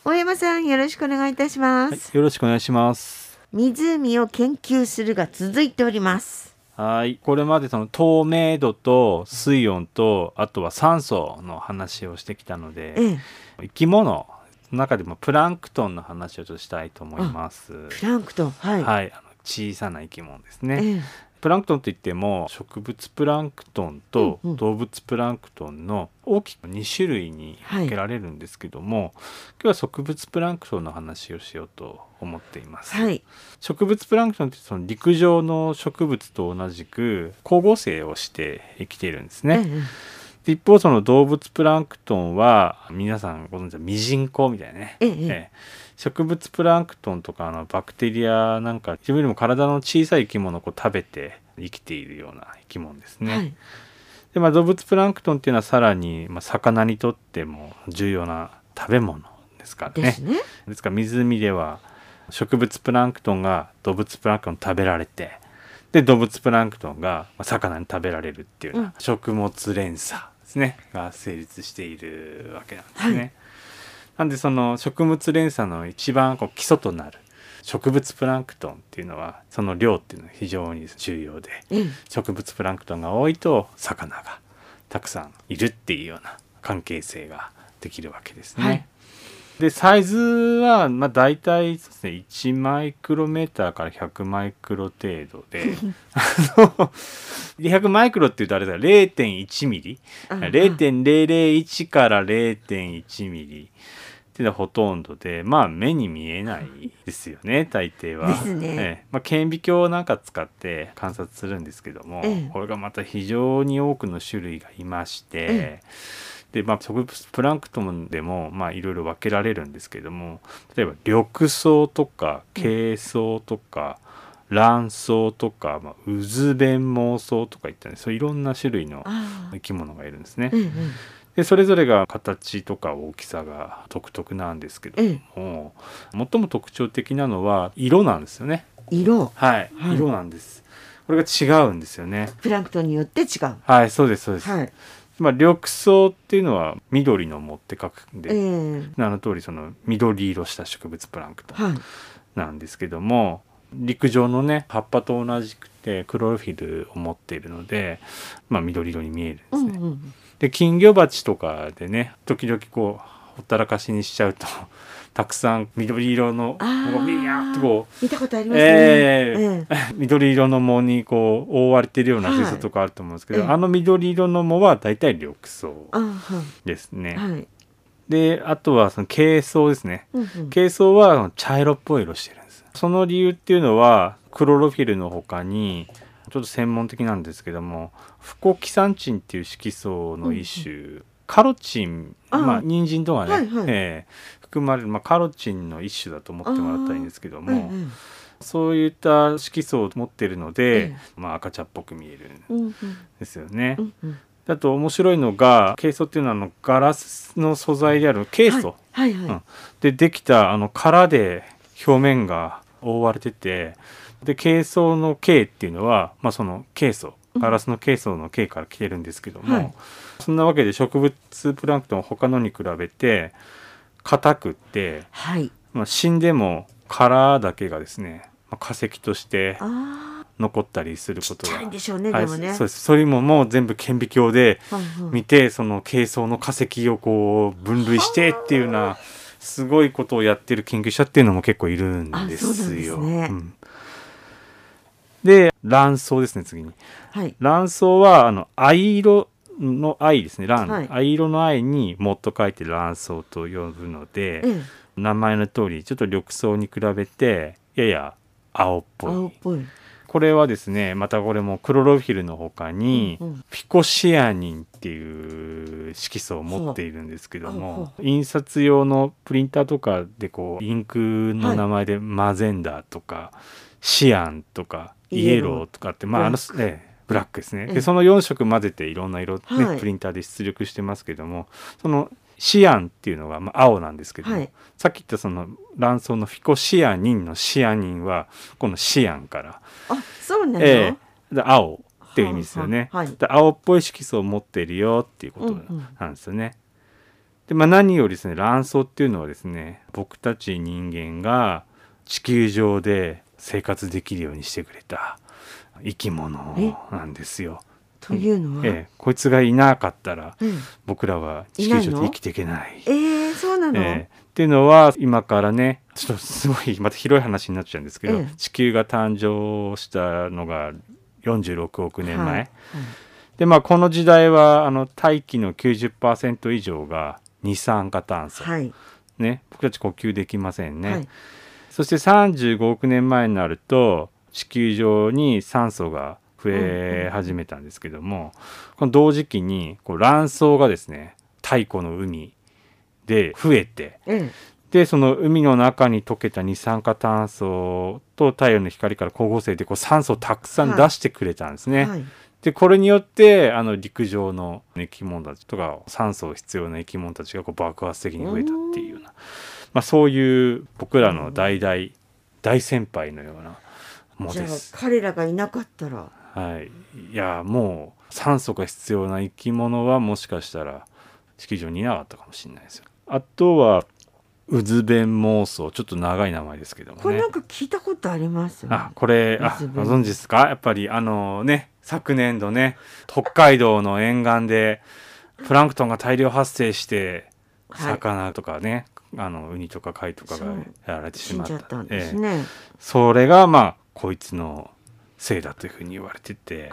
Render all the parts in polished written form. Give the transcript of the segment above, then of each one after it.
大山さん、よろしくお願いいたします。 よろしくお願いします。 湖を研究するが続いております。 はい。これまでその透明度と水温と、あとは酸素の話をしてきたので、生き物の中でもプランクトンの話をちょっとしたいと思います。 プランクトン、はい。 はい。小さな生き物ですね。プランクトンといっても植物プランクトンと動物プランクトンの大きく2種類に分けられるんですけども、今日は植物プランクトンの話をしようと思っています。植物プランクトンってその陸上の植物と同じく光合成をして生きているんですね。一方その動物プランクトンは皆さんご存知のミジンコみたいなね、植物プランクトンとかバクテリアなんか自分よりも体の小さい生き物を食べて生きているような生き物ですね。で動物プランクトンっていうのはさらに、魚にとっても重要な食べ物ですからね。ですから湖では植物プランクトンが動物プランクトン食べられて、で動物プランクトンが魚に食べられるっていうような食物連鎖ですねが成立しているわけなんですね。なんでその食物連鎖の一番基礎となる植物プランクトンっていうのはその量っていうのは非常に重要で、植物プランクトンが多いと魚がたくさんいるっていうような関係性ができるわけですね。でサイズはだいたいですね1マイクロメーターから100マイクロ程度で100マイクロっていうとあれだ 0.1 ミリ 0.001 から 0.1 ミリっていうのはほとんどで目に見えないですよね大抵は。顕微鏡なんか使って観察するんですけども、これがまた非常に多くの種類がいまして、で植物プランクトンでもいろいろ分けられるんですけども、例えば緑藻とか珪藻とか卵巣とか、渦弁毛藻とかいったね、そういろんな種類の生き物がいるんですね。でそれぞれが形とか大きさが独特なんですけども、最も特徴的なのは色なんですよね。色なんです。これが違うんですよね。 プランクトンによって違う。 はい、そうですそうです。緑藻っていうのは緑の藻って書くんで、名の通りその緑色した植物プランクトンなんですけども、陸上のね葉っぱと同じくてクロロフィルを持っているので、緑色に見えるんですね。で金魚鉢とかでね時々ほったらかしにしちゃうとたくさん緑色のビヤーッと見たことありますね。 緑色の藻に覆われているような水槽とかあると思うんですけど、緑色の藻はだいたい緑藻ですね。であとはその珪藻ですね。珪藻は茶色っぽい色してるんです。その理由っていうのはクロロフィルの他にちょっと専門的なんですけども、フコキサンチンっていう色素の一種、カロチン、人参とかね、含まれる、カロチンの一種だと思ってもらったらいいんですけども、そういった色素を持っているので、赤茶っぽく見えるんですよね。あと面白いのが珪藻っていうのはガラスの素材であるケイ素でできた殻で表面が覆われてて、で珪藻の珪っていうのは、そのケイ素ガラスのケイ素の珪から来てるんですけども、そんなわけで植物プランクトンは他のに比べて硬くって、死んでも殻だけがですね、化石として残ったりすることがそうです。それももう全部顕微鏡で見て、その珪藻の化石を分類してっていうようなすごいことをやってる研究者っていうのも結構いるんですよ。で卵巣ですね。次に、卵巣は藍色の藍ですね。藍色の藍にもっと書いて卵巣と呼ぶので、名前の通りちょっと緑藻に比べてやや青っぽい。これはですね、またこれもクロロフィルの他にフィコシアニンっていう色素を持っているんですけども、印刷用のプリンターとかでインクの名前でマゼンダーとかシアンとかイエローとかってブラックですね。でその4色混ぜていろんな色、プリンターで出力してますけども、そのシアンっていうのが青なんですけども、さっき言ったその卵巣のフィコシアニンのシアニンはこのシアンからそうなの、 青っていう意味ですよね。青っぽい色素を持っているよっていうことなんですよね。 で、何よりですね、卵巣っていうのはですね、僕たち人間が地球上で生活できるようにしてくれた生き物なんですよ。 というのは、 こいつがいなかったら、僕らは地球上で生きていけない。 そうなの？ っていうのは今からね、ちょっとすごいまた広い話になっちゃうんですけど、地球が誕生したのが46億年前、でこの時代は大気の 90% 以上が二酸化炭素、ね、僕たち呼吸できませんね、そして35億年前になると地球上に酸素が増え始めたんですけども、この同時期に卵巣がですね、太古の海で増えて、でその海の中に溶けた二酸化炭素と太陽の光から光合成で酸素をたくさん出してくれたんですね、でこれによって陸上の生き物たちとか酸素を必要な生き物たちが爆発的に増えたっていうような、そういう僕らの大先輩のようなものです。 じゃあ彼らがいなかったら、 いやもう酸素が必要な生き物はもしかしたら地球上にいなかったかもしれないですよ。あとはウズベンモウソウ、ちょっと長い名前ですけどもね。 これなんか聞いたことありますよね。 これご存知ですか？やっぱり昨年度ね、北海道の沿岸でプランクトンが大量発生して魚とかね、ウニとか貝とかがやられてしまった。 死んじゃったんですね。 それがこいつのせいだというふうに言われてて、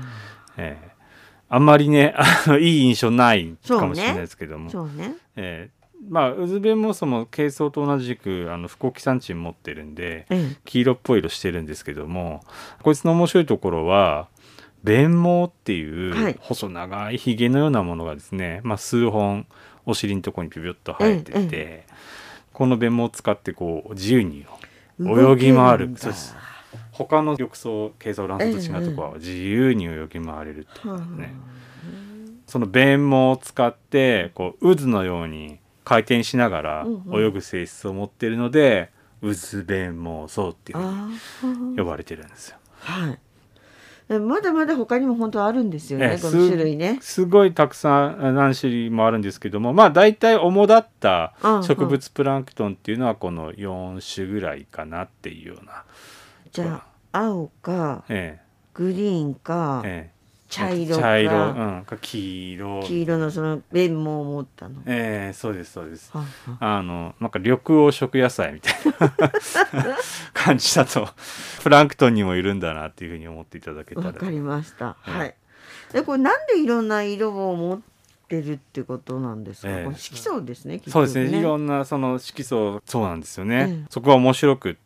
あんまりねいい印象ないかもしれないですけども、ウズベンモウソウもケイソウと同じくフコキサンチン持ってるんで、黄色っぽい色してるんですけども、こいつの面白いところは鞭毛っていう細長いひげのようなものがですね、数本お尻のところにピピョッと生えてて、この鞭毛を使って自由に泳ぎ回る。そうです。他の緑藻ケイソウ卵巣と違うところは自由に泳ぎ回れるっていうね、その鞭毛を使って渦のように回転しながら泳ぐ性質を持っているので、ウズベンモウソウっていうふうに呼ばれてるんですよ。 まだまだ他にも本当あるんですよね、この種類ね。 すごいたくさん何種類もあるんですけども、大体主だった植物プランクトンっていうのはこの4種ぐらいかなっていうような。 じゃあ青か、グリーンか、茶色か、 黄色のその鞭毛を持ったの。 そうですそうです。なんか緑黄色野菜みたいな感じだとプランクトンにもいるんだなっていうふうに思っていただけたら。 わかりました。これなんでいろんな色を持ってるってことなんですか？これ色素ですね。 そうですね。いろんなその色素、そうなんですよね。そこが面白くって、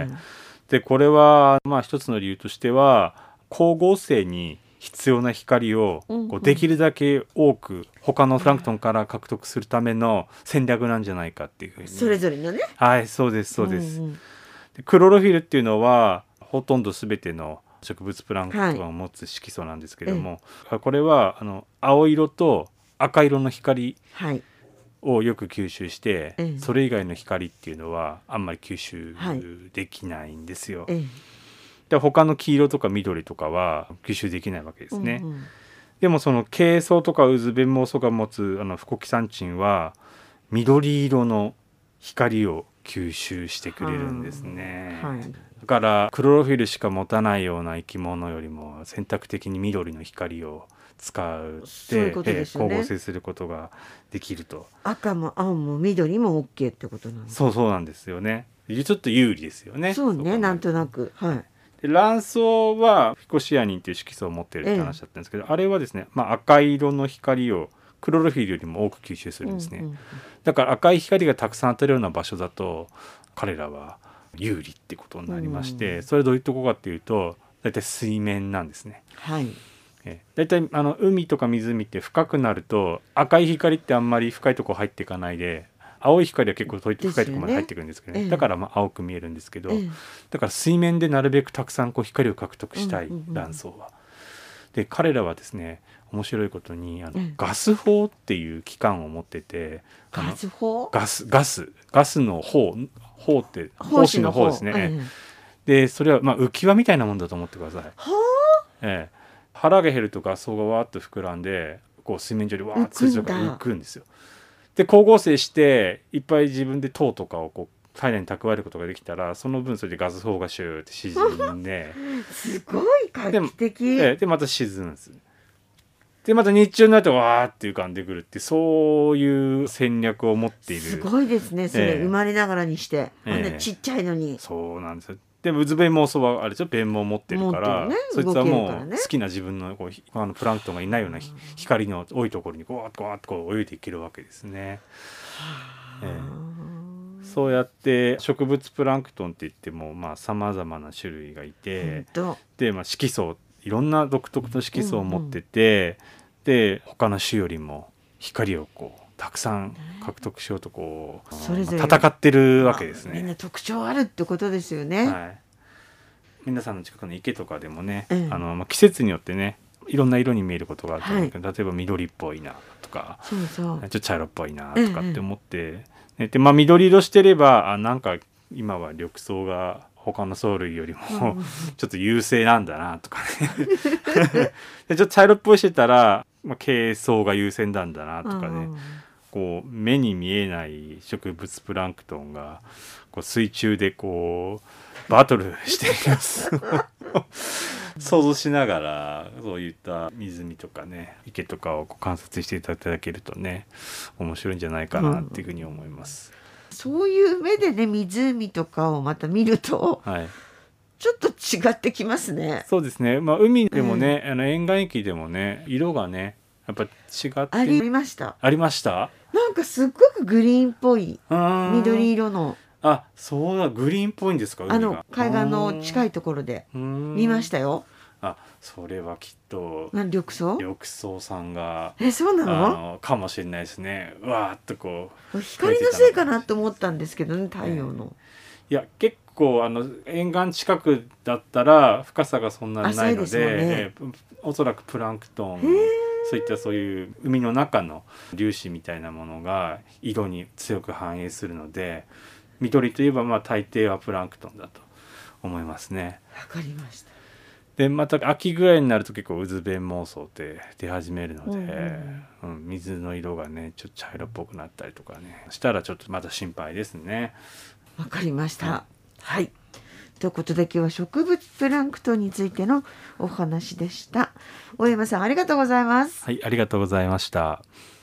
でこれは一つの理由としては光合成に必要な光をできるだけ多く他のプランクトンから獲得するための戦略なんじゃないかっていうふうに。 それぞれのね。 そうですそうです。でクロロフィルっていうのはほとんど全ての植物プランクトンを持つ色素なんですけども、これは青色と赤色の光をよく吸収して、それ以外の光っていうのはあんまり吸収できないんですよ。で他の黄色とか緑とかは吸収できないわけですね。でもそのケイソウとかウズベンモウソウが持つフコキサンチンは緑色の光を吸収してくれるんですね。だからクロロフィルしか持たないような生き物よりも選択的に緑の光を使って光合成することができると。 赤も青も緑も OK ってことなんですか？ そうなんですよね。ちょっと有利ですよね。 そうね、なんとなく。 で卵巣はフィコシアニンという色素を持っているって話だったんですけど、あれはですね、赤色の光をクロロフィルよりも多く吸収するんですね。だから赤い光がたくさん当たるような場所だと彼らは有利ってことになりまして、それはどういうとこかっていうと大体水面なんですね。大体海とか湖って深くなると赤い光ってあんまり深いとこ入っていかないで、青い光は結構深いところまで入ってくるんですけどね、だから青く見えるんですけど、だから水面でなるべくたくさん光を獲得したい卵巣は。で彼らはですね、面白いことにガス砲っていう器官を持ってて、 ガス砲？ ガスの砲って砲士の砲ですね。でそれは浮き輪みたいなもんだと思ってください。腹が減るとガス砲がわーっと膨らんで水面上でわーっと浮くんですよ。 で光合成していっぱい自分で糖とかをこう体内に蓄えることができたら、その分それでガス砲がシューって沈んですごい画期的。 でまた沈むんです。でまた日中になるとわーって浮かんでくるって、そういう戦略を持っている。 すごいですねそれ、生まれながらにして、あんなちっちゃいのに。 そうなんですよ。でもウズベモウソはあれでしょ、鞭毛を持ってるから、そいつはもう好きな自分のこうプランクトンがいないような光の多いところにゴワッゴワッとこう泳いでいけるわけですね。そうやって植物プランクトンって言ってもさまざまな種類がいて、で、色素いろんな独特の色素を持ってて、で他の種よりも光をこうたくさん獲得しようとこうそれぞれ戦ってるわけですね。 みんな特徴あるってことですよね。 はい、皆さんの近くの池とかでもね、季節によってねいろんな色に見えることがあると思うけど、例えば緑っぽいなとか、ちょっと茶色っぽいなとかって思って、で緑色してればなんか今は緑藻が他の藻類よりもちょっと優勢なんだなとかねでちょっと茶色っぽいしてたら、珪藻が優先なんだなとかね、こう目に見えない植物プランクトンがこう水中でこうバトルしています想像しながらそういった湖とかね池とかを観察していただけるとね面白いんじゃないかなっていうふうに思います。 そういう目でね湖とかをまた見ると、ちょっと違ってきますね。 そうですね、海でもね、沿岸域でもね色がねやっぱ違ってありました。 ありました。 なんかすっごくグリーンっぽい緑色の。 そうだ、グリーンっぽいんですか。 海岸の近いところで見ましたよ。 それはきっと緑藻さんがそうなのかもしれないですね。うわーっとこう光のせいかなと思ったんですけどね、太陽の。 いや結構沿岸近くだったら深さがそんなにないので、おそらくプランクトン、そういう海の中の粒子みたいなものが色に強く反映するので、緑といえば大抵はプランクトンだと思いますね。 わかりました。 でまた秋ぐらいになると結構ウズベンモウソウって出始めるので、水の色がねちょっと茶色っぽくなったりとかねしたらちょっとまた心配ですね。 わかりました。はい。ということで今日は植物プランクトンについてのお話でした。大山さんありがとうございます。 はい、ありがとうございました。